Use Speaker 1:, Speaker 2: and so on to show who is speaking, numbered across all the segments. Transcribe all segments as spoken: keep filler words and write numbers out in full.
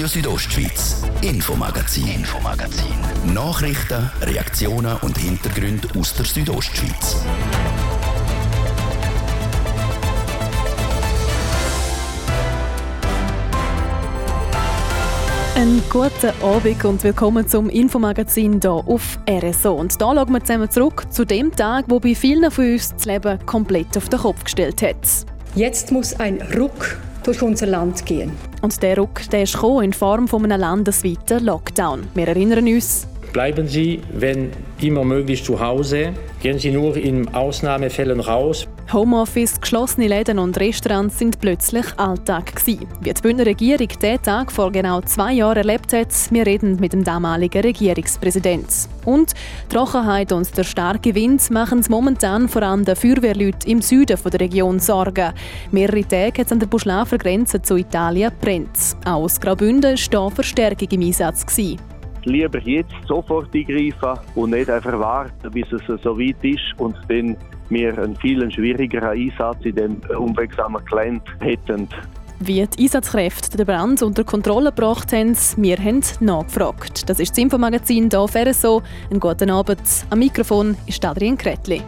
Speaker 1: Radio Südostschweiz, Infomagazin. Infomagazin. Nachrichten, Reaktionen und Hintergründe aus der Südostschweiz.
Speaker 2: Einen guten Abend und willkommen zum Infomagazin hier auf R S O. Und hier schauen wir zusammen zurück zu dem Tag, wo bei vielen von uns das Leben komplett auf den Kopf gestellt hat.
Speaker 3: Jetzt muss ein Ruck durch unser Land gehen.
Speaker 2: Und der Ruck der ist gekommen in Form von einem landesweiten Lockdown. Wir erinnern uns:
Speaker 4: Bleiben Sie, wenn immer möglich, zu Hause. Gehen Sie nur in Ausnahmefällen raus.
Speaker 2: Homeoffice, geschlossene Läden und Restaurants sind plötzlich Alltag gewesen. Wie die Bündner Regierung diesen Tag vor genau zwei Jahren erlebt hat, wir reden mit dem damaligen Regierungspräsidenten. Und die Trockenheit und der starke Wind machen es momentan vor allem den Feuerwehrleuten im Süden der Region Sorgen. Mehrere Tage hat es an der Buschlafer Grenze zu Italien brennt. Auch aus Graubünden war hier Verstärkung im Einsatz gewesen.
Speaker 5: Lieber jetzt sofort eingreifen und nicht einfach warten, bis es so weit ist und dann wir einen viel schwierigeren Einsatz in diesem unwegsamen Gelände hätten.
Speaker 2: Wie die Einsatzkräfte den Brand unter Kontrolle gebracht haben, wir haben nachgefragt. Das ist das Infomagazin hier auf R S O. Einen guten Abend. Am Mikrofon ist Adrian Kretli.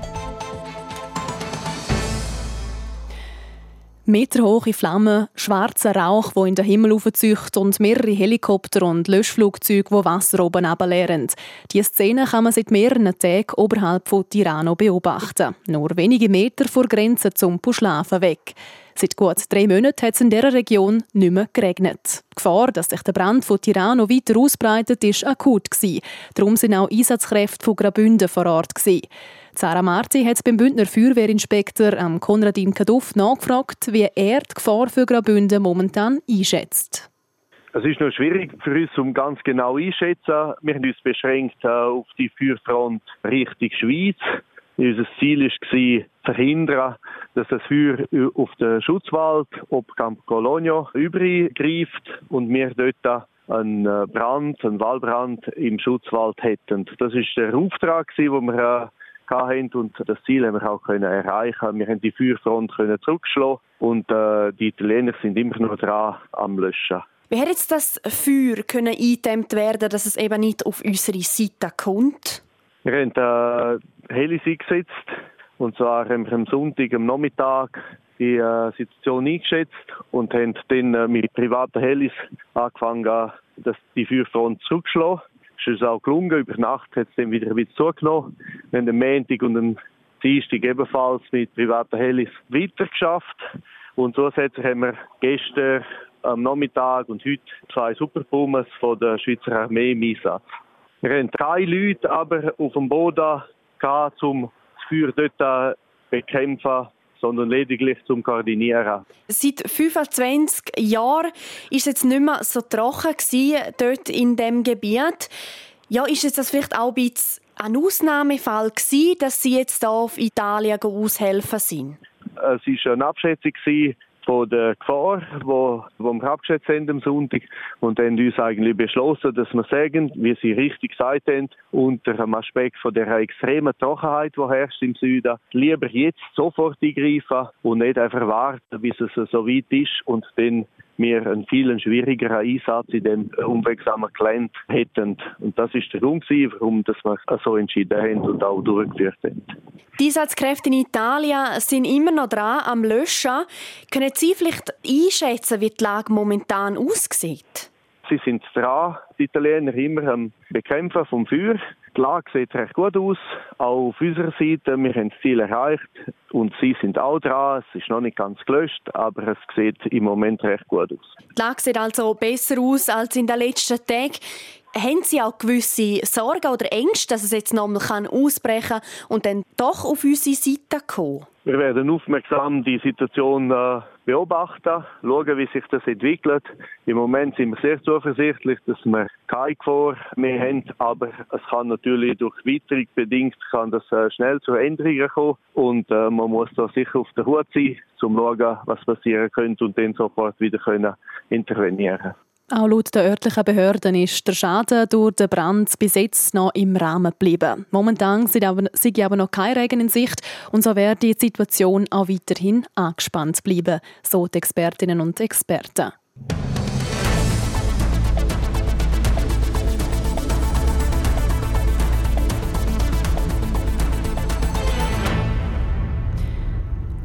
Speaker 2: Meterhohe Flammen, schwarzer Rauch, der in den Himmel aufzieht und mehrere Helikopter und Löschflugzeuge, die Wasser oben runterleeren. Diese Szene kann man seit mehreren Tagen oberhalb von Tirano beobachten. Nur wenige Meter vor der Grenze zum Buschlafen weg. Seit gut drei Monaten hat es in dieser Region nicht mehr geregnet. Die Gefahr, dass sich der Brand von Tirano weiter ausbreitet, war akut. Darum sind auch Einsatzkräfte von Graubünden vor Ort. Sarah Marti hat beim Bündner Feuerwehrinspektor Konradin Kaduff nachgefragt, wie er die Gefahr für Graubünden momentan einschätzt.
Speaker 5: Es ist noch schwierig für uns, um ganz genau einzuschätzen. Wir haben uns beschränkt auf die Feuerfront Richtung Schweiz. Unser Ziel war, verhindern, dass das Feuer auf den Schutzwald, ob Campo Cologno, übergreift und wir dort einen Brand, einen Waldbrand im Schutzwald hätten. Das war der Auftrag, den wir hatten und das Ziel haben wir auch erreichen. Wir haben die Feuerfront zurückschlagen und äh, die Italiener sind immer noch dran am Löschen.
Speaker 6: Wie hat jetzt das Feuer können eingedämmt werden, dass es eben nicht auf unsere Seite kommt?
Speaker 5: Wir haben äh, Helis eingesetzt und zwar haben wir am Sonntag am Nachmittag die äh, Situation eingeschätzt und haben dann äh, mit privaten Helis angefangen, dass die Feuerfront zurückschlagen. Es ist uns auch gelungen. Über Nacht hat es dann wieder ein bisschen zugenommen. Wir haben am Montag und am Dienstag ebenfalls mit privaten Helis weitergeschafft. Und zusätzlich haben wir gestern am Nachmittag und heute zwei Superpumas von der Schweizer Armee im Einsatz. Wir haben keine Leute aber auf dem Boden gehabt, um das Feuer dort zu bekämpfen, sondern lediglich zum Koordinieren.
Speaker 6: Seit fünfundzwanzig Jahren war es jetzt nicht mehr so trocken gewesen, dort in diesem Gebiet. Ja, ist es das vielleicht auch ein bisschen ein Ausnahmefall gewesen, dass Sie jetzt hier auf Italien aushelfen sind?
Speaker 5: Es war eine Abschätzung von der Gefahr, die wir abgeschätzt haben am Sonntag. Und dann haben wir uns eigentlich beschlossen, dass wir sagen, wie Sie richtig gesagt haben, unter dem Aspekt von der extremen Trockenheit, die herrscht im Süden, lieber jetzt sofort eingreifen und nicht einfach warten, bis es so weit ist und dann wir einen viel schwierigeren Einsatz in dem unwegsamen Gelände hätten. Und das ist der Grund, warum wir so entschieden haben und auch durchgeführt haben.
Speaker 6: Die Einsatzkräfte in Italien sind immer noch dran am Löschen. Können Sie vielleicht einschätzen, wie die Lage momentan aussieht?
Speaker 5: Sie sind dran, die Italiener, immer am Bekämpfen vom Feuer. Die Lage sieht recht gut aus, auch auf unserer Seite. Wir haben das Ziel erreicht und sie sind auch dran. Es ist noch nicht ganz gelöscht, aber es sieht im Moment recht gut aus.
Speaker 6: Die Lage sieht also besser aus als in den letzten Tagen. Haben Sie auch gewisse Sorgen oder Ängste, dass es jetzt noch einmal ausbrechen kann und dann doch auf unsere Seite kommen?
Speaker 5: Wir werden aufmerksam die Situation äh, beobachten, schauen, wie sich das entwickelt. Im Moment sind wir sehr zuversichtlich, dass wir keine Gefahr mehr haben, aber es kann natürlich durch Witterung bedingt kann das äh, schnell zu Änderungen kommen und äh, man muss da sicher auf der Hut sein, um zu schauen, was passieren könnte und dann sofort wieder können intervenieren.
Speaker 2: Auch laut den örtlichen Behörden ist der Schaden durch den Brand bis jetzt noch im Rahmen geblieben. Momentan sei aber, sei aber noch kein Regen in Sicht und so wird die Situation auch weiterhin angespannt bleiben, so die Expertinnen und Experten.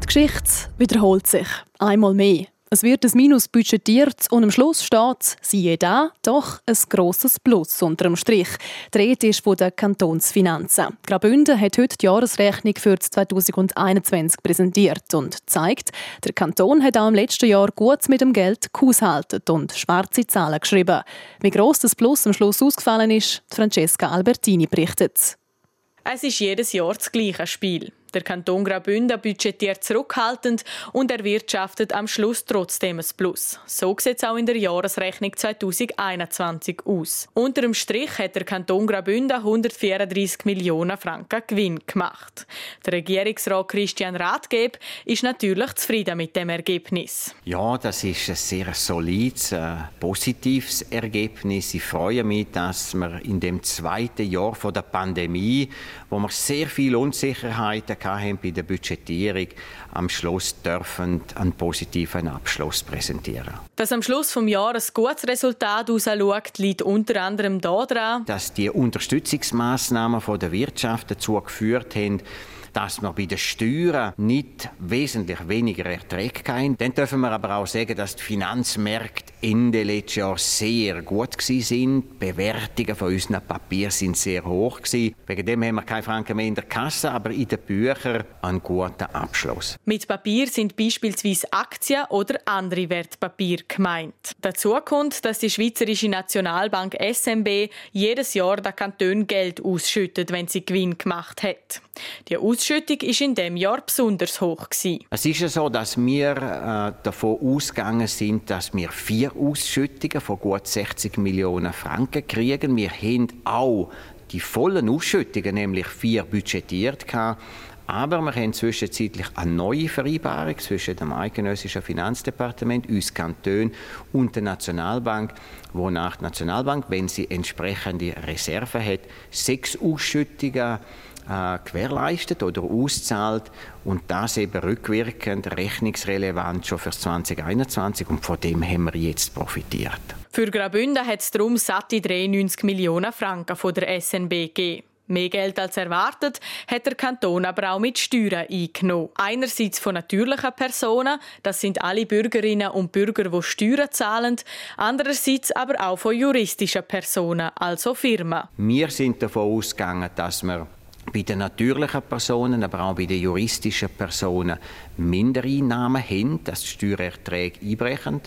Speaker 2: Geschichte wiederholt sich. Einmal mehr. Es wird ein Minus budgetiert und am Schluss steht, siehe da, doch ein grosses Plus unter dem Strich. Die Rede ist von den Kantonsfinanzen. Graubünden hat heute die Jahresrechnung für zwanzig einundzwanzig präsentiert und zeigt, der Kanton hat auch im letzten Jahr gut mit dem Geld gehaushaltet und schwarze Zahlen geschrieben. Wie gross das Plus am Schluss ausgefallen ist, Francesca Albertini berichtet.
Speaker 7: Es ist jedes Jahr das gleiche Spiel. Der Kanton Graubünden budgetiert zurückhaltend und erwirtschaftet am Schluss trotzdem ein Plus. So sieht es auch in der Jahresrechnung zwanzig einundzwanzig aus. Unter dem Strich hat der Kanton Graubünden hundertvierunddreissig Millionen Franken Gewinn gemacht. Der Regierungsrat Christian Rathgeb ist natürlich zufrieden mit dem Ergebnis.
Speaker 8: Ja, das ist ein sehr solides, äh, positives Ergebnis. Ich freue mich, dass wir in dem zweiten Jahr von der Pandemie, wo wir sehr viel Unsicherheiten hatten bei der Budgetierung, am Schluss dürfen einen positiven Abschluss präsentieren.
Speaker 7: Dass am Schluss des Jahres ein gutes Resultat herausschaut, liegt unter anderem daran,
Speaker 8: dass die Unterstützungsmaßnahmen von der Wirtschaft dazu geführt haben, dass wir bei den Steuern nicht wesentlich weniger Erträge haben. Dann dürfen wir aber auch sagen, dass die Finanzmärkte Ende letztes Jahr sehr gut waren. Die Bewertungen von unseren Papieren sind sehr hoch. Wegen dem haben wir keine Franken mehr in der Kasse, aber in den Büchern einen guten Abschluss.
Speaker 7: Mit Papier sind beispielsweise Aktien oder andere Wertpapiere gemeint. Dazu kommt, dass die Schweizerische Nationalbank S N B jedes Jahr den Kantonen Geld ausschüttet, wenn sie Gewinn gemacht hat. Die Ausschüttung war in diesem Jahr besonders hoch.
Speaker 8: Es ist ja so, dass wir äh, davon ausgegangen sind, dass wir vier Ausschüttungen von gut sechzig Millionen Franken kriegen. Wir haben auch die vollen Ausschüttungen, nämlich vier, budgetiert gehabt. Aber wir haben zwischenzeitlich eine neue Vereinbarung zwischen dem eidgenössischen Finanzdepartement, uns Kantonen und der Nationalbank, wonach die Nationalbank, wenn sie entsprechende Reserven hat, sechs Ausschüttungen äh, gewährleistet oder auszahlt und das eben rückwirkend rechnungsrelevant schon für zwanzig einundzwanzig und von dem haben wir jetzt profitiert.
Speaker 7: Für Graubünden hat es darum satte dreiundneunzig Millionen Franken von der S N B gegeben. Mehr Geld als erwartet hat der Kanton aber auch mit Steuern eingenommen. Einerseits von natürlichen Personen, das sind alle Bürgerinnen und Bürger, die Steuern zahlen, andererseits aber auch von juristischen Personen, also Firmen.
Speaker 8: Wir sind davon ausgegangen, dass wir bei den natürlichen Personen, aber auch bei den juristischen Personen Mindereinnahmen haben, dass die Steuererträge einbrechen.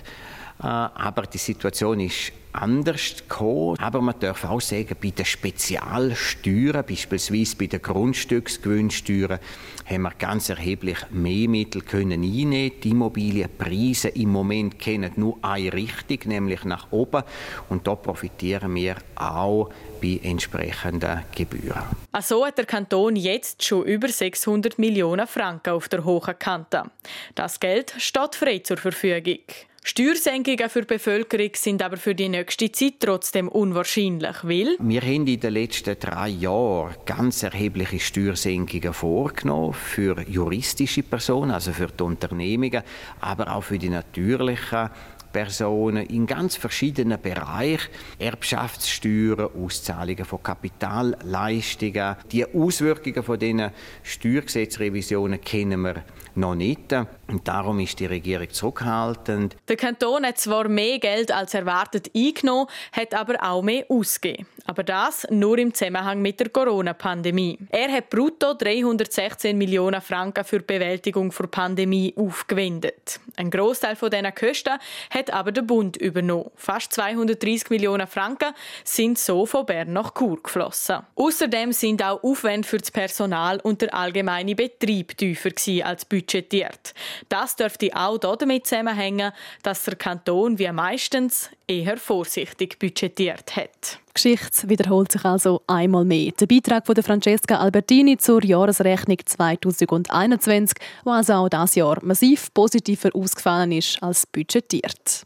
Speaker 8: Aber die Situation ist anders gekommen. Aber man darf auch sagen, bei den Spezialsteuern, beispielsweise bei den Grundstücksgewinnsteuern, haben wir ganz erheblich mehr Mittel können einnehmen. Die Immobilienpreise im Moment kennen nur eine Richtung, nämlich nach oben. Und da profitieren wir auch bei entsprechenden Gebühren.
Speaker 7: Also hat der Kanton jetzt schon über sechshundert Millionen Franken auf der hohen Kante. Das Geld steht frei zur Verfügung. Steuersenkungen für die Bevölkerung sind aber für die nächste Zeit trotzdem unwahrscheinlich, weil
Speaker 8: wir haben in den letzten drei Jahren ganz erhebliche Steuersenkungen vorgenommen für juristische Personen, also für die Unternehmungen, aber auch für die natürlichen Personen in ganz verschiedenen Bereichen. Erbschaftssteuern, Auszahlungen von Kapitalleistungen. Die Auswirkungen von diesen Steuergesetzrevisionen kennen wir noch nicht. Und darum ist die Regierung zurückhaltend.
Speaker 7: Der Kanton hat zwar mehr Geld als erwartet eingenommen, hat aber auch mehr ausgegeben. Aber das nur im Zusammenhang mit der Corona-Pandemie. Er hat brutto dreihundertsechzehn Millionen Franken für die Bewältigung der Pandemie aufgewendet. Ein Großteil von diesen Kosten hat aber der Bund übernommen. Fast zweihundertdreissig Millionen Franken sind so von Bern nach Chur geflossen. Außerdem sind auch Aufwände für das Personal und der allgemeine Betrieb tiefer gewesen als budgetiert. Das dürfte auch damit zusammenhängen, dass der Kanton wie meistens eher vorsichtig budgetiert hat.
Speaker 2: Die Geschichte wiederholt sich also einmal mehr. Der Beitrag von Francesca Albertini zur Jahresrechnung zwanzig einundzwanzig, wo also auch dieses Jahr massiv positiver ausgefallen ist als budgetiert.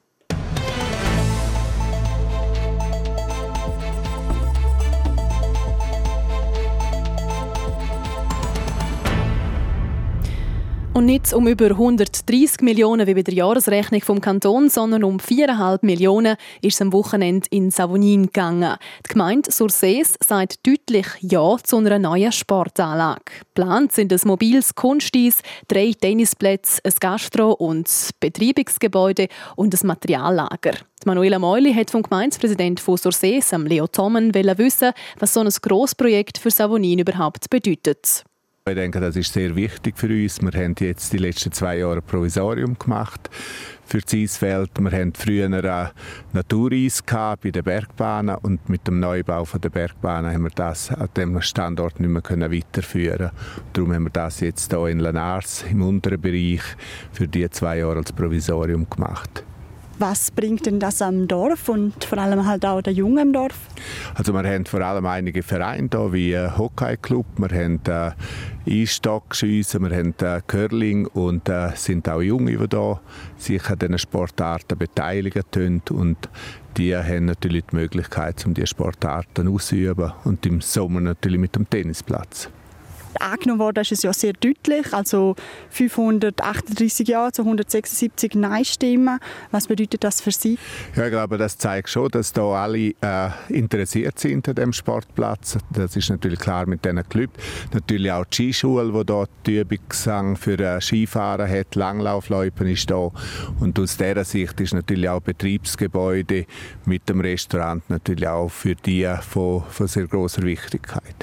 Speaker 2: Und nicht um über hundertdreissig Millionen wie bei der Jahresrechnung vom Kanton, sondern um viereinhalb Millionen ist es am Wochenende in Savonin gegangen. Die Gemeinde Sursees sagt deutlich Ja zu einer neuen Sportanlage. Geplant sind ein mobiles Kunsteis, drei Tennisplätze, ein Gastro- und Betreibungsgebäude und ein Materiallager. Manuela Meuli hat vom Gemeindepräsidenten von Sursees, Leo Tommen, wissen, was so ein Grossprojekt für Savonin überhaupt bedeutet.
Speaker 9: Ich denke, das ist sehr wichtig für uns. Wir haben jetzt die letzten zwei Jahre ein Provisorium gemacht für das Eisfeld. Wir hatten früher ein Natureis bei den Bergbahnen und mit dem Neubau der Bergbahnen haben wir das an diesem Standort nicht mehr weiterführen können. Darum haben wir das jetzt hier in Lanars im unteren Bereich für diese zwei Jahre als Provisorium gemacht.
Speaker 10: Was bringt denn das am Dorf und vor allem halt auch der Jungen im Dorf?
Speaker 9: Also wir haben vor allem einige Vereine hier, wie ein Hockey-Club, wir haben äh, Eisstockschiessen, wir haben äh, Curling und äh, sind auch Junge, die hier sich an diesen Sportarten beteiligen können. Und die haben natürlich die Möglichkeit, um diese Sportarten auszuüben und im Sommer natürlich mit dem Tennisplatz.
Speaker 10: Angenommen worden ist es ja sehr deutlich, also fünfhundertachtunddreissig Ja zu hundertsechsundsiebzig Nein-Stimmen. Was bedeutet das für Sie?
Speaker 9: Ja, ich glaube, das zeigt schon, dass hier alle äh, interessiert sind an diesem Sportplatz. Das ist natürlich klar mit diesen Clubs. Natürlich auch die Skischule, die hier die Übungsgesang für äh, Skifahren hat, Langlaufloipen ist da. Und aus dieser Sicht ist natürlich auch Betriebsgebäude mit dem Restaurant natürlich auch für die von, von sehr grosser Wichtigkeit.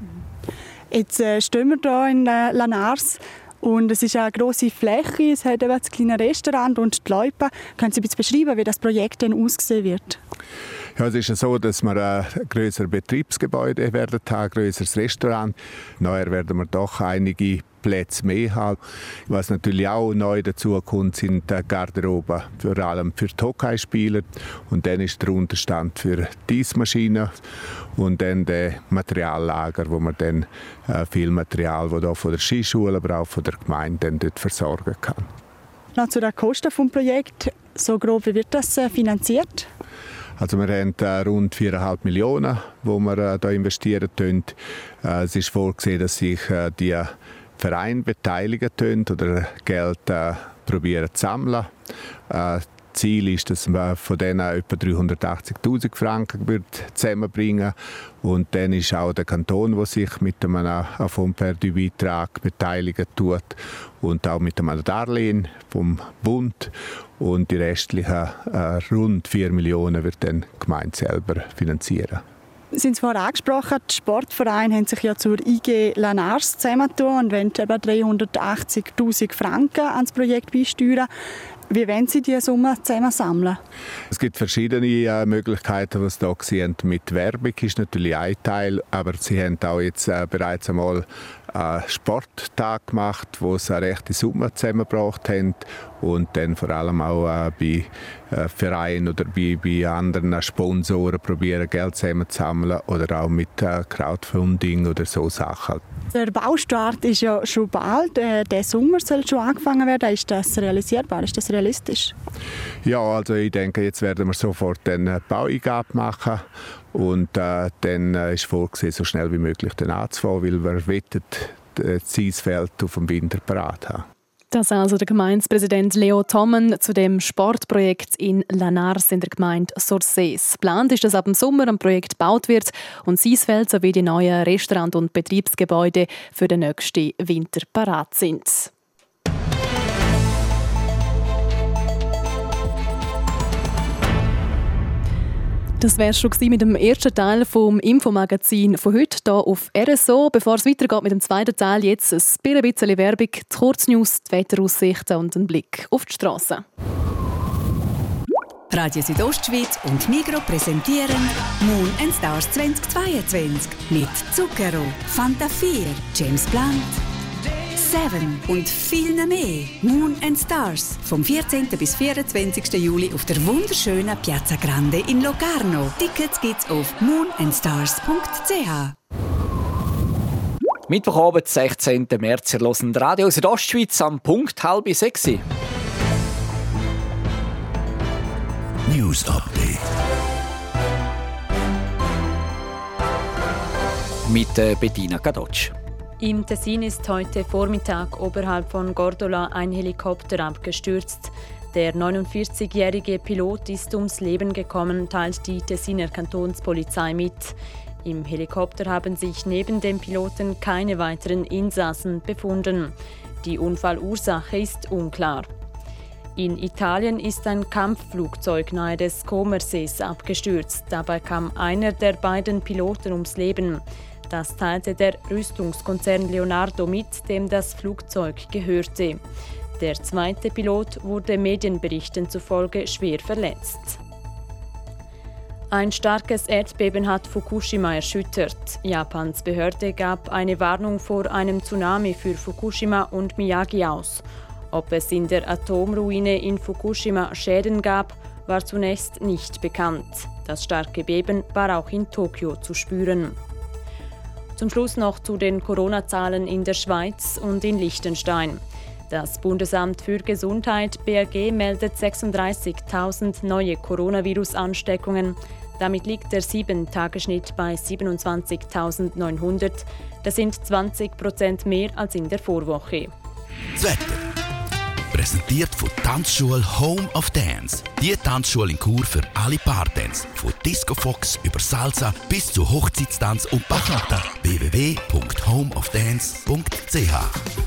Speaker 10: Jetzt äh, stehen wir hier in äh, Lanars und es ist eine grosse Fläche, es hat eben das kleine Restaurant und die Loipen. Können Sie ein bisschen beschreiben, wie das Projekt denn aussehen wird?
Speaker 9: Ja, es ist ja so, dass wir ein grösseres Betriebsgebäude werden haben, ein grösseres Restaurant. Neuer werden wir doch einige Plätze mehr haben. Was natürlich auch neu dazu kommt, sind die Garderoben, vor allem für die Hockeyspieler. Und dann ist der Unterstand für die Eismaschinen und dann das Materiallager, wo man dann äh, viel Material, das hier von der Skischule, aber auch von der Gemeinde dann dort versorgen kann.
Speaker 10: Noch zu den Kosten des Projekts. So grob, wie wird das äh, finanziert?
Speaker 9: Also wir haben äh, rund viereinhalb Millionen, die wir äh, da investieren können. Äh, es ist vorgesehen, dass sich äh, die Vereine beteiligen können oder Geld äh, probieren zu sammeln. Äh, Ziel ist, dass man von denen etwa dreihundertachtzigtausend Franken zusammenbringen wird. Und dann ist auch der Kanton, der sich mit einem Fonds-Perdu-Beitrag beteiligen tut und auch mit einem Darlehen vom Bund. Und die restlichen äh, rund vier Millionen wird dann die Gemeinde selber finanzieren.
Speaker 10: Sie haben es vorhin angesprochen, die Sportvereine haben sich ja zur I G Lanars zusammengetan und wollen eben dreihundertachtzigtausend Franken ans Projekt beisteuern. Wie wollen Sie diese Summe zusammensammeln?
Speaker 9: Es gibt verschiedene äh, Möglichkeiten, die Sie hier sehen. Mit Werbung ist natürlich ein Teil, aber Sie haben auch jetzt äh, bereits einmal einen Sporttag gemacht, wo sie eine rechte Summe zusammengebracht haben und dann vor allem auch äh, bei äh, Vereinen oder bei, bei anderen Sponsoren probieren Geld zusammenzusammeln oder auch mit äh, Crowdfunding oder so Sachen.
Speaker 10: Der Baustart ist ja schon bald. Äh, der Sommer soll schon angefangen werden. Ist das realisierbar? Ist das realistisch?
Speaker 9: Ja, also ich denke, jetzt werden wir sofort eine Baueingabe machen. Und äh, dann äh, ist vorgesehen, so schnell wie möglich dann anzufangen, weil wir wollen das Eisfeld auf dem Winter parat haben.
Speaker 2: Das also der Gemeindepräsident Leo Tommen zu dem Sportprojekt in Lanars in der Gemeinde Sursees. Geplant ist, dass ab dem Sommer ein Projekt gebaut wird und das Eisfeld sowie die neuen Restaurant- und Betriebsgebäude für den nächsten Winter parat sind. Das wäre schon mit dem ersten Teil vom Infomagazin von heute hier auf R S O. Bevor es weitergeht mit dem zweiten Teil, jetzt ein bisschen Werbung, die Kurznews, die Wetteraussichten und ein Blick auf die Straße.
Speaker 11: Radio Südostschweiz und Migros präsentieren Moon and Stars zwanzig zweiundzwanzig mit Zucchero, Fanta vier, James Blunt, Seven und viel mehr. Moon and Stars vom vierzehnten bis vierundzwanzigsten Juli auf der wunderschönen Piazza Grande in Locarno. Tickets gibt's auf moon and stars punkt c h.
Speaker 12: Mittwochabend, sechzehnten März, ihr hört Radio Südostschweiz am Punkt halb sechs.
Speaker 1: News Update.
Speaker 12: Mit Bettina Kadocz.
Speaker 13: Im Tessin ist heute Vormittag oberhalb von Gordola ein Helikopter abgestürzt. Der neunundvierzigjährige Pilot ist ums Leben gekommen, teilt die Tessiner Kantonspolizei mit. Im Helikopter haben sich neben dem Piloten keine weiteren Insassen befunden. Die Unfallursache ist unklar. In Italien ist ein Kampfflugzeug nahe des Comersees abgestürzt. Dabei kam einer der beiden Piloten ums Leben. Das teilte der Rüstungskonzern Leonardo mit, dem das Flugzeug gehörte. Der zweite Pilot wurde Medienberichten zufolge schwer verletzt. Ein starkes Erdbeben hat Fukushima erschüttert. Japans Behörde gab eine Warnung vor einem Tsunami für Fukushima und Miyagi aus. Ob es in der Atomruine in Fukushima Schäden gab, war zunächst nicht bekannt. Das starke Beben war auch in Tokio zu spüren. Zum Schluss noch zu den Corona-Zahlen in der Schweiz und in Liechtenstein. Das Bundesamt für Gesundheit B A G meldet sechsunddreißigtausend neue Coronavirus-Ansteckungen. Damit liegt der sieben-Tage-Schnitt bei siebenundzwanzigtausendneunhundert. Das sind zwanzig Prozent mehr als in der Vorwoche.
Speaker 1: Das Wetter. Präsentiert von Tanzschule Home of Dance. Die Tanzschule in Chur für alle Partens. Von Disco Fox über Salsa bis zu Hochzeitstanz und Bachata. w w w punkt home of dance punkt c h.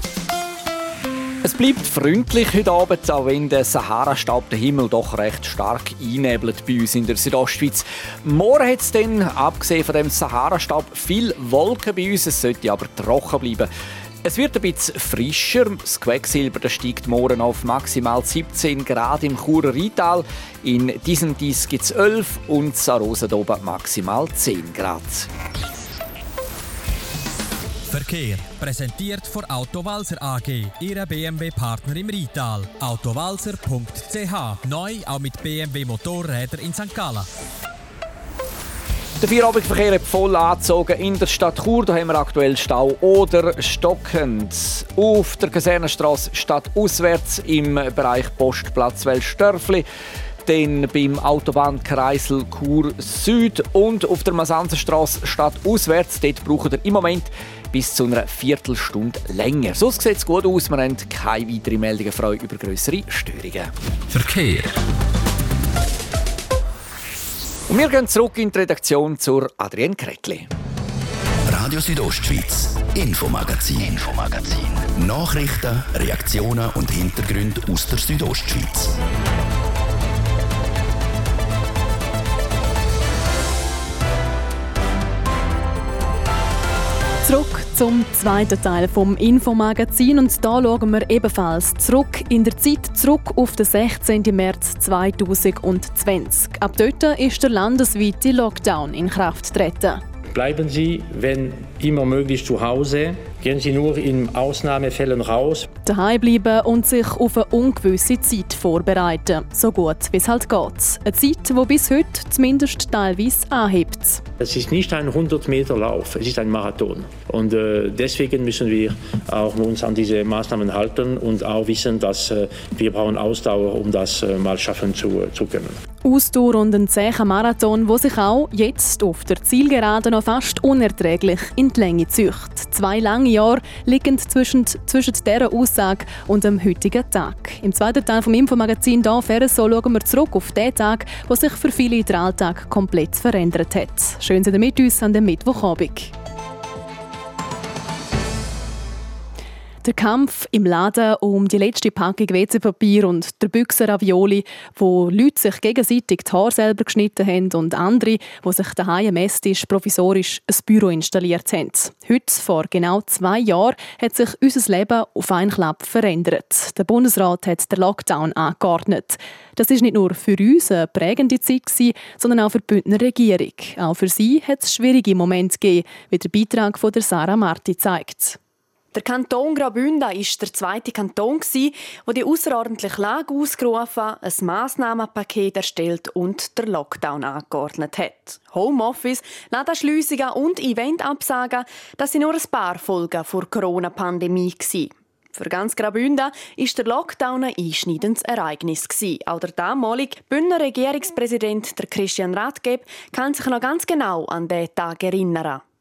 Speaker 12: Es bleibt freundlich heute Abend, auch wenn der Sahara-Staub den Himmel doch recht stark einnebelt bei uns in der Südostschweiz. Morgen hat es dann, abgesehen von dem Sahara-Staub, viel Wolken bei uns. Es sollte aber trocken bleiben. Es wird ein bisschen frischer. Das Quecksilber das steigt morgen auf maximal siebzehn Grad im Churer Rheintal. In diesem Dies gibt es elf und Sarosa oben maximal zehn Grad.
Speaker 14: Verkehr präsentiert von Autowalzer A G, Ihrer B M W-Partner im Rheintal. autowalzer punkt c h. Neu auch mit B M W-Motorrädern in Sankt Gallen.
Speaker 12: Der Feierabendverkehr hat voll angezogen in der Stadt Chur. Da haben wir aktuell Stau oder stockend. Auf der Kasernenstrasse stadtauswärts im Bereich Postplatz Welsdörfli. Dann beim Autobahnkreisel Chur Süd und auf der Masanzenstrasse stadtauswärts. Dort braucht ihr im Moment bis zu einer Viertelstunde länger. Sonst sieht es gut aus. Wir haben keine weiteren Meldungen frei über grössere Störungen.
Speaker 14: Verkehr.
Speaker 12: Und wir gehen zurück in die Redaktion zur Adrienne Kretli.
Speaker 1: Radio Südostschweiz, Infomagazin. Infomagazin. Nachrichten, Reaktionen und Hintergründe aus der Südostschweiz.
Speaker 2: Zurück zum zweiten Teil vom Infomagazin und da schauen wir ebenfalls zurück in der Zeit, zurück auf den sechzehnten März zweitausendzwanzig. Ab dort ist der landesweite Lockdown in Kraft getreten.
Speaker 4: Bleiben Sie, wenn immer möglich, zu Hause. Gehen Sie nur in Ausnahmefällen raus.
Speaker 2: Daheim bleiben und sich auf eine ungewisse Zeit vorbereiten. So gut, wie es halt geht. Eine Zeit, die bis heute zumindest teilweise anhebt.
Speaker 4: Es ist nicht ein hundert Meter Lauf, es ist ein Marathon. Und äh, deswegen müssen wir auch uns an diese Maßnahmen halten und auch wissen, dass äh, wir brauchen Ausdauer, um das äh, mal schaffen zu, zu können.
Speaker 2: Ausdauer und ein zäher Marathon, der sich auch jetzt auf der Zielgerade noch fast unerträglich in die Länge zieht. Zwei lange Jahre liegen zwischen, zwischen dieser Aussage und dem heutigen Tag. Im zweiten Teil vom Infomagazin hier Ferso schauen wir zurück auf den Tag, der sich für viele den Alltag komplett verändert hat. Schön, sind ihr mit uns an dem Mittwochabend. Der Kampf im Laden um die letzte Packung W C-Papier und der Büchse Ravioli, wo Leute sich gegenseitig die Haare selber geschnitten haben und andere, die sich daheim am Esstisch provisorisch ein Büro installiert haben. Heute, vor genau zwei Jahren, hat sich unser Leben auf einen Klapp verändert. Der Bundesrat hat den Lockdown angeordnet. Das war nicht nur für uns eine prägende Zeit, sondern auch für die Bündner Regierung. Auch für sie hat es schwierige Momente gegeben, wie der Beitrag von Sarah Marti zeigt.
Speaker 6: Der Kanton Graubünden war der zweite Kanton, der die außerordentliche Lage ausgerufen, ein Massnahmenpaket erstellt und den Lockdown angeordnet hat. Homeoffice, Ladenschliessungen und Eventabsagen, das sind nur ein paar Folgen der Corona-Pandemie. Für ganz Graubünden war der Lockdown ein einschneidendes Ereignis. Auch der damalige Bündner Regierungspräsident Christian Rathgeb kann sich noch ganz genau an diesen Tag erinnern.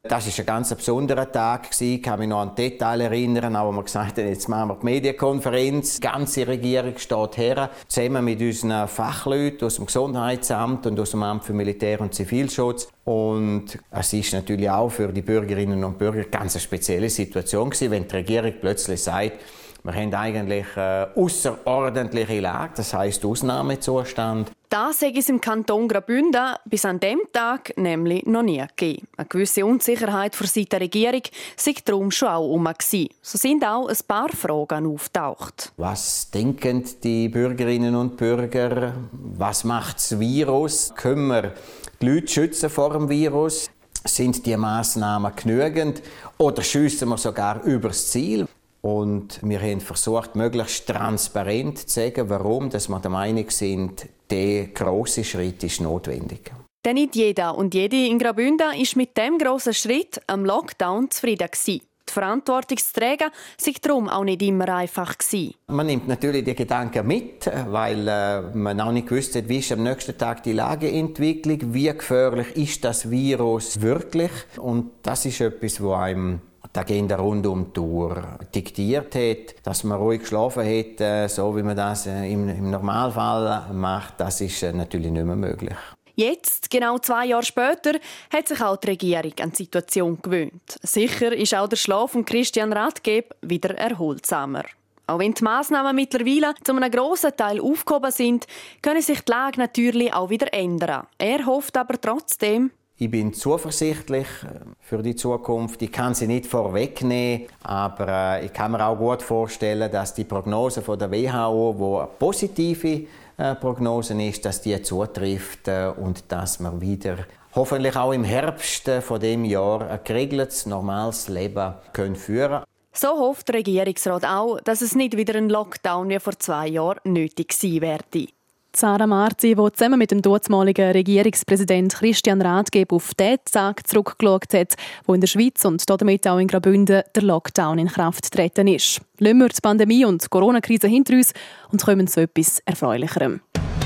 Speaker 8: Das war ein ganz besonderer Tag. Ich kann mich noch an Details erinnern, auch als wir gesagt haben, jetzt machen wir die Medienkonferenz. Die ganze Regierung steht her, zusammen mit unseren Fachleuten aus dem Gesundheitsamt und aus dem Amt für Militär- und Zivilschutz. Und es ist natürlich auch für die Bürgerinnen und Bürger eine ganz spezielle Situation gewesen, wenn die Regierung plötzlich sagt, wir haben eigentlich eine außerordentliche Lage, das heisst Ausnahmezustand.
Speaker 6: Das sei es im Kanton Graubünden bis an diesem Tag nämlich noch nie gegeben. Eine gewisse Unsicherheit vor Seiten der Regierung sei darum schon auch herum. So sind auch ein paar Fragen auftaucht.
Speaker 8: Was denken die Bürgerinnen und Bürger? Was macht das Virus? Können wir die Leute schützen vor dem Virus? Sind die Massnahmen genügend? Oder schiessen wir sogar übers Ziel? Und wir haben versucht, möglichst transparent zu sagen, warum dass wir der Meinung sind, der grosse Schritt ist notwendig.
Speaker 6: Denn nicht jeder und jede in Graubünden ist mit diesem grossen Schritt am Lockdown zufrieden gewesen. Die Verantwortungsträger sind darum auch nicht immer einfach gewesen.
Speaker 8: Man nimmt natürlich die Gedanken mit, weil äh, man auch nicht gewusst hat, wie ist am nächsten Tag die Lageentwicklung, wie gefährlich ist das Virus wirklich. Und das ist etwas, was einem die Agenda rund um die Tour diktiert hat, dass man ruhig geschlafen hat, so wie man das im, im Normalfall macht, das ist natürlich nicht mehr möglich.
Speaker 6: Jetzt, genau zwei Jahre später, hat sich auch die Regierung an die Situation gewöhnt. Sicher ist auch der Schlaf von Christian Radgeb wieder erholsamer. Auch wenn die Massnahmen mittlerweile zu einem grossen Teil aufgehoben sind, können sich die Lage natürlich auch wieder ändern. Er hofft aber trotzdem,
Speaker 8: ich bin zuversichtlich für die Zukunft. Ich kann sie nicht vorwegnehmen, aber ich kann mir auch gut vorstellen, dass die Prognose von der W H O, die eine positive Prognose ist, dass die zutrifft und dass wir wieder hoffentlich auch im Herbst von dem Jahr ein geregeltes, normales Leben können führen können.
Speaker 6: So hofft der Regierungsrat auch, dass es nicht wieder ein Lockdown wie vor zwei Jahren nötig gewesen wäre.
Speaker 2: Sarah Marzi, die zusammen mit dem dortmaligen Regierungspräsident Christian Radgeb auf den Tag zurückgeschaut hat, wo in der Schweiz und damit auch in Graubünden der Lockdown in Kraft getreten ist. Lassen wir die Pandemie und die Corona-Krise hinter uns und kommen zu etwas Erfreulicherem.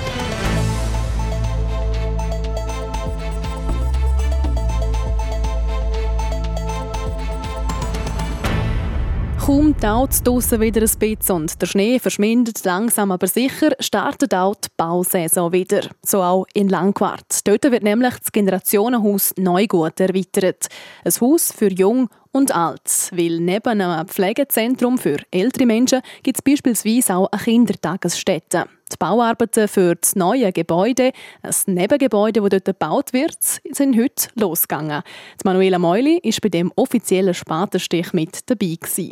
Speaker 2: Kaum taut es draussen wieder ein bisschen und der Schnee verschwindet langsam aber sicher, startet auch die Bausaison wieder. So auch in Langquart. Dort wird nämlich das Generationenhaus Neugut erweitert. Ein Haus für Jung und Alt. Weil neben einem Pflegezentrum für ältere Menschen gibt es beispielsweise auch eine Kindertagesstätte. Die Bauarbeiten für das neue Gebäude, ein Nebengebäude, das dort gebaut wird, sind heute losgegangen. Die Manuela Meuli war bei dem offiziellen Spatenstich mit dabei gewesen.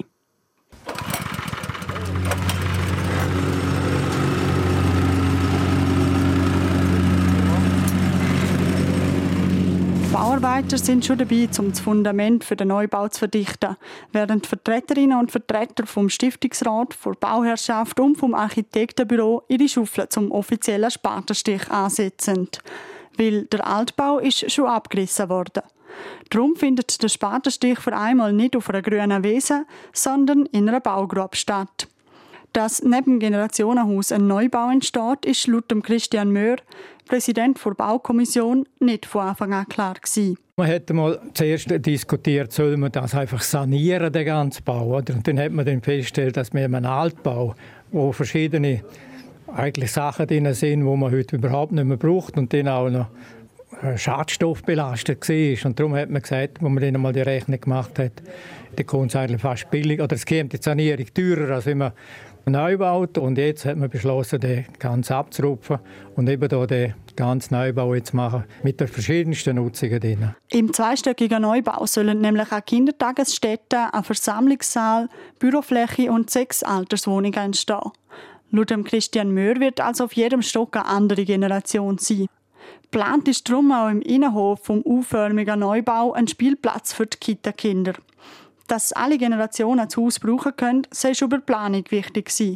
Speaker 10: Die Bauarbeiter sind schon dabei, um das Fundament für den Neubau zu verdichten, während Vertreterinnen und Vertreter vom Stiftungsrat, von der Bauherrschaft und vom Architektenbüro ihre Schaufel zum offiziellen Spatenstich ansetzen. Weil der Altbau ist schon abgerissen worden. Darum findet der Spatenstich für einmal nicht auf einer grünen Wiese, sondern in einer Baugrube statt. Dass neben dem Generationenhaus ein Neubau entsteht, ist laut Christian Möhr, Präsident der Baukommission, nicht von Anfang an klar gewesen.
Speaker 15: Man hätte mal zuerst diskutiert, soll man das einfach sanieren, den ganzen Bau. Oder? Und dann hat man dann festgestellt, dass wir einen Altbau, wo verschiedene eigentlich Sachen drin sind, die man heute überhaupt nicht mehr braucht und dann auch noch schadstoffbelastet war. Und darum hat man gesagt, als man dann einmal die Rechnung gemacht hat, dann kommt es eigentlich fast billig, oder es kommt die Sanierung teurer, als wenn man neu baut. Und jetzt hat man beschlossen, den ganz abzurupfen und eben hier den ganzen Neubau jetzt machen, mit den verschiedensten Nutzungen drin.
Speaker 10: Im zweistöckigen Neubau sollen nämlich auch Kindertagesstätten, ein Versammlungssaal, Bürofläche und sechs Alterswohnungen entstehen. Laut Christian Möhr wird also auf jedem Stock eine andere Generation sein. Geplant ist darum auch im Innenhof vom U-förmigen Neubau ein Spielplatz für die Kita-Kinder. Dass alle Generationen das Haus brauchen können, sei schon bei der Planung wichtig sein.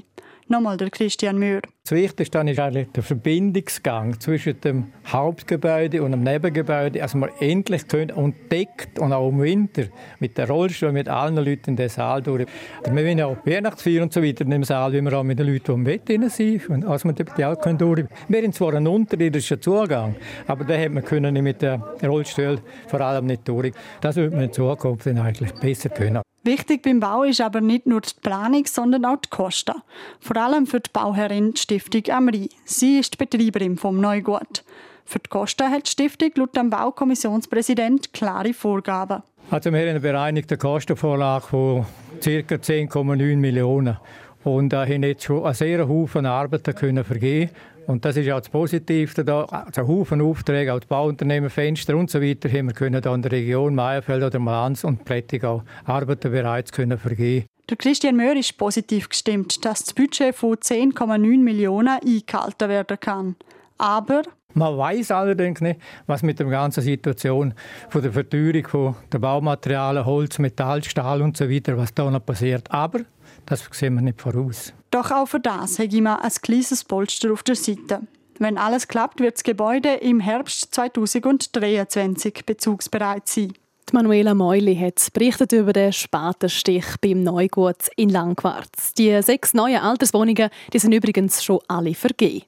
Speaker 10: Nochmal der Christian Möhr.
Speaker 15: Das Wichtigste ist eigentlich der Verbindungsgang zwischen dem Hauptgebäude und dem Nebengebäude. Also man endlich können und deckt und auch im Winter mit der Rollstuhl, mit allen Leuten in den Saal durch. Wir wollen auch Weihnachtsfeier und so weiter in dem Saal, wie wir auch mit den Leuten, die im Bett drin sind. Und also man die auch können durch. Wir haben zwar einen unterirdischen Zugang, aber den hat man können mit dem Rollstuhl vor allem nicht durch. Das würde man in Zukunft eigentlich besser können.
Speaker 10: Wichtig beim Bau ist aber nicht nur die Planung, sondern auch die Kosten. Vor allem für die Bauherrin die Stiftung Amri. Sie ist die Betreiberin vom Neugut. Für die Kosten hat die Stiftung laut dem Baukommissionspräsident klare Vorgaben.
Speaker 15: Also wir haben eine bereinigte Kostenvorlage von ca. zehn Komma neun Millionen. Und da haben jetzt schon einen sehr Haufen Arbeiten können vergeben. Und das ist auch das Positive da. Also Haufen Aufträge, auch die Bauunternehmen, Fenster und so weiter, haben wir können da in der Region Meierfeld oder Malanz und Plettig auch Arbeiten bereits können vergeben.
Speaker 10: Der Christian Möhr ist positiv gestimmt, dass das Budget von zehn Komma neun Millionen eingehalten werden kann. Aber
Speaker 15: man weiß allerdings nicht, was mit der ganzen Situation von der Verteuerung von der Baumaterialien, Holz, Metall, Stahl und so weiter, was da noch passiert. Aber das sehen wir nicht voraus.
Speaker 10: Doch auch für das habe ich mir ein kleines Polster auf der Seite. Wenn alles klappt, wird das Gebäude im Herbst zweitausenddreiundzwanzig bezugsbereit sein.
Speaker 2: Die Manuela Meuli hat berichtet über den Spatenstich beim Neugut in Langquarz. Die sechs neuen Alterswohnungen die sind übrigens schon alle vergeben.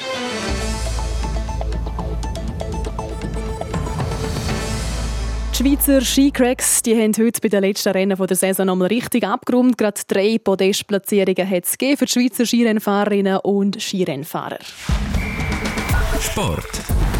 Speaker 2: Die Schweizer Skicracks die haben heute bei den letzten Rennen der Saison nochmal richtig abgeräumt. Gerade drei Podestplatzierungen hat es für die Schweizer Skirennfahrerinnen und Skirennfahrer.
Speaker 1: Sport.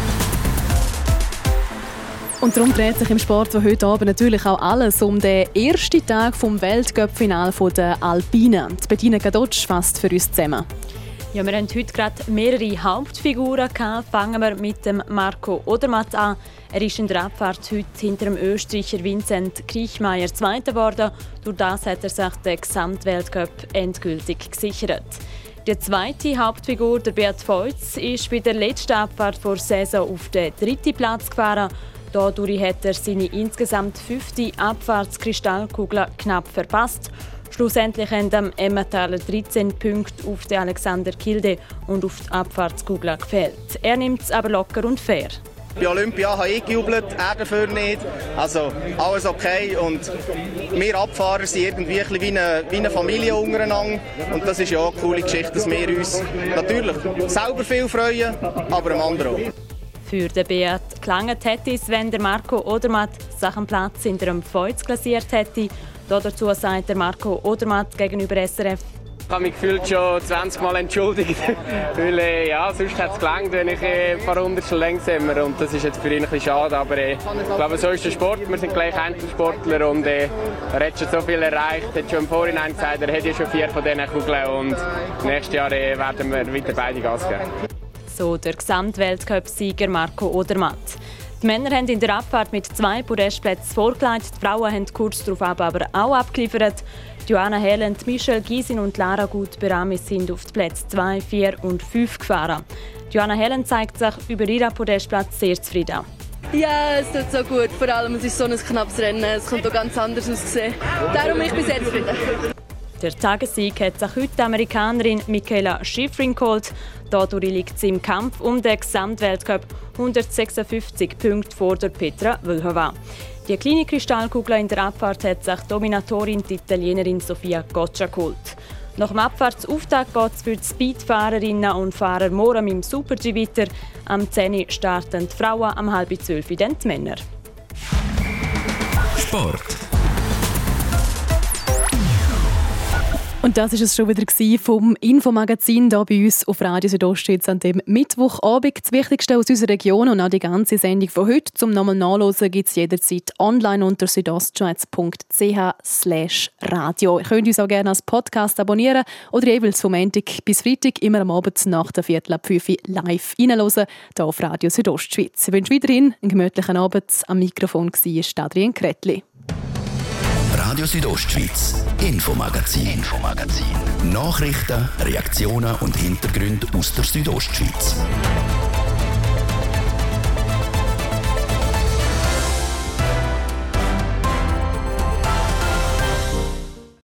Speaker 2: Und darum dreht sich im Sport von heute Abend natürlich auch alles um den ersten Tag vom Weltcup-Final der Alpinen. Die Bettina Gadotsch fasst für uns zusammen.
Speaker 13: Ja, wir haben heute gerade mehrere Hauptfiguren gehabt. Fangen wir mit dem Marco Odermatt an. Er ist in der Abfahrt heute hinter dem Österreicher Vincent Kriechmayr Zweiter geworden. Durch das hat er sich den Gesamtweltcup endgültig gesichert. Die zweite Hauptfigur, der Beat Feutz, ist bei der letzten Abfahrt vor der Saison auf den dritten Platz gefahren. Dadurch hat er seine insgesamt fünfte Abfahrtskristallkugel knapp verpasst. Schlussendlich haben dem Emmentaler dreizehn Punkte auf den Alexander Kilde und auf die Abfahrtskugel gefehlt. Er nimmt es aber locker und fair.
Speaker 16: Bei Olympia habe ich gejubelt, er dafür nicht. Also alles okay. Und wir Abfahrer sind irgendwie ein bisschen wie eine, wie eine Familie untereinander. Und das ist ja auch eine coole Geschichte, dass wir uns natürlich selber viel freuen, aber am anderen auch.
Speaker 13: Für den Beat gelangt hätte es, wenn der Marco Odermatt sich einen Platz hinter dem Feuz klassiert hätte. Dazu sagt der Marco Odermatt gegenüber S R F:
Speaker 17: Ich habe mich gefühlt schon zwanzig Mal entschuldigt, weil äh, ja, sonst hätte es gelangt, wenn ich äh, ein paar Hundertstel langsamer, und das ist jetzt für ihn ein bisschen schade, aber äh, ich glaube, so ist der Sport, wir sind gleich Einzelsportler und äh, er hat schon so viel erreicht, er hat schon im Vorhinein gesagt, er hat ja schon vier von diesen Kugeln und nächstes Jahr äh, werden wir weiter beide Gas geben.
Speaker 13: So der Gesamtweltcup-Sieger Marco Odermatt. Die Männer haben in der Abfahrt mit zwei Podestplätzen vorgelegt, die Frauen haben kurz darauf aber auch abgeliefert. Joanna Helland, Michelle Gysin und Lara Gut-Beramis sind auf die Plätze zwei, vier und fünf gefahren. Joanna Helland zeigt sich über ihren Podestplatz sehr zufrieden.
Speaker 18: Ja, es tut so gut. Vor allem es ist so ein knappes Rennen. Es kommt auch ganz anders aussehen. Darum bin ich sehr zufrieden.
Speaker 13: Der Tagessieg hat sich heute die Amerikanerin Michaela Schifrin geholt. Dadurch liegt sie im Kampf um den Gesamtweltcup hundertsechsundfünfzig Punkte vor der Petra Vlhova. Die kleine Kristallkugel in der Abfahrt hat sich Dominatorin, die Italienerin Sofia Goccia, geholt. Nach dem Abfahrtsauftakt geht es für die Speedfahrerinnen und Fahrer morgen im Super-G weiter. Am zehn Uhr starten die Frauen, am halb zwölf Uhr dann die Männer.
Speaker 1: Sport.
Speaker 2: Und das war es schon wieder vom Infomagazin hier bei uns auf Radio Südostschweiz an dem Mittwochabend. Das Wichtigste aus unserer Region und auch die ganze Sendung von heute zum nochmal nachlesen gibt es jederzeit online unter südostschweiz punkt c h slash radio. Ihr könnt uns auch gerne als Podcast abonnieren oder jeweils vom Montag bis Freitag immer am Abend nach der Viertel ab fünf Uhr live reinhören, hier auf Radio Südostschweiz. Ich wünsche weiterhin einen gemütlichen Abend. Am Mikrofon war Adrian Kretli.
Speaker 1: Radio Südostschweiz, Infomagazin. Infomagazin. Nachrichten, Reaktionen und Hintergründe aus der Südostschweiz.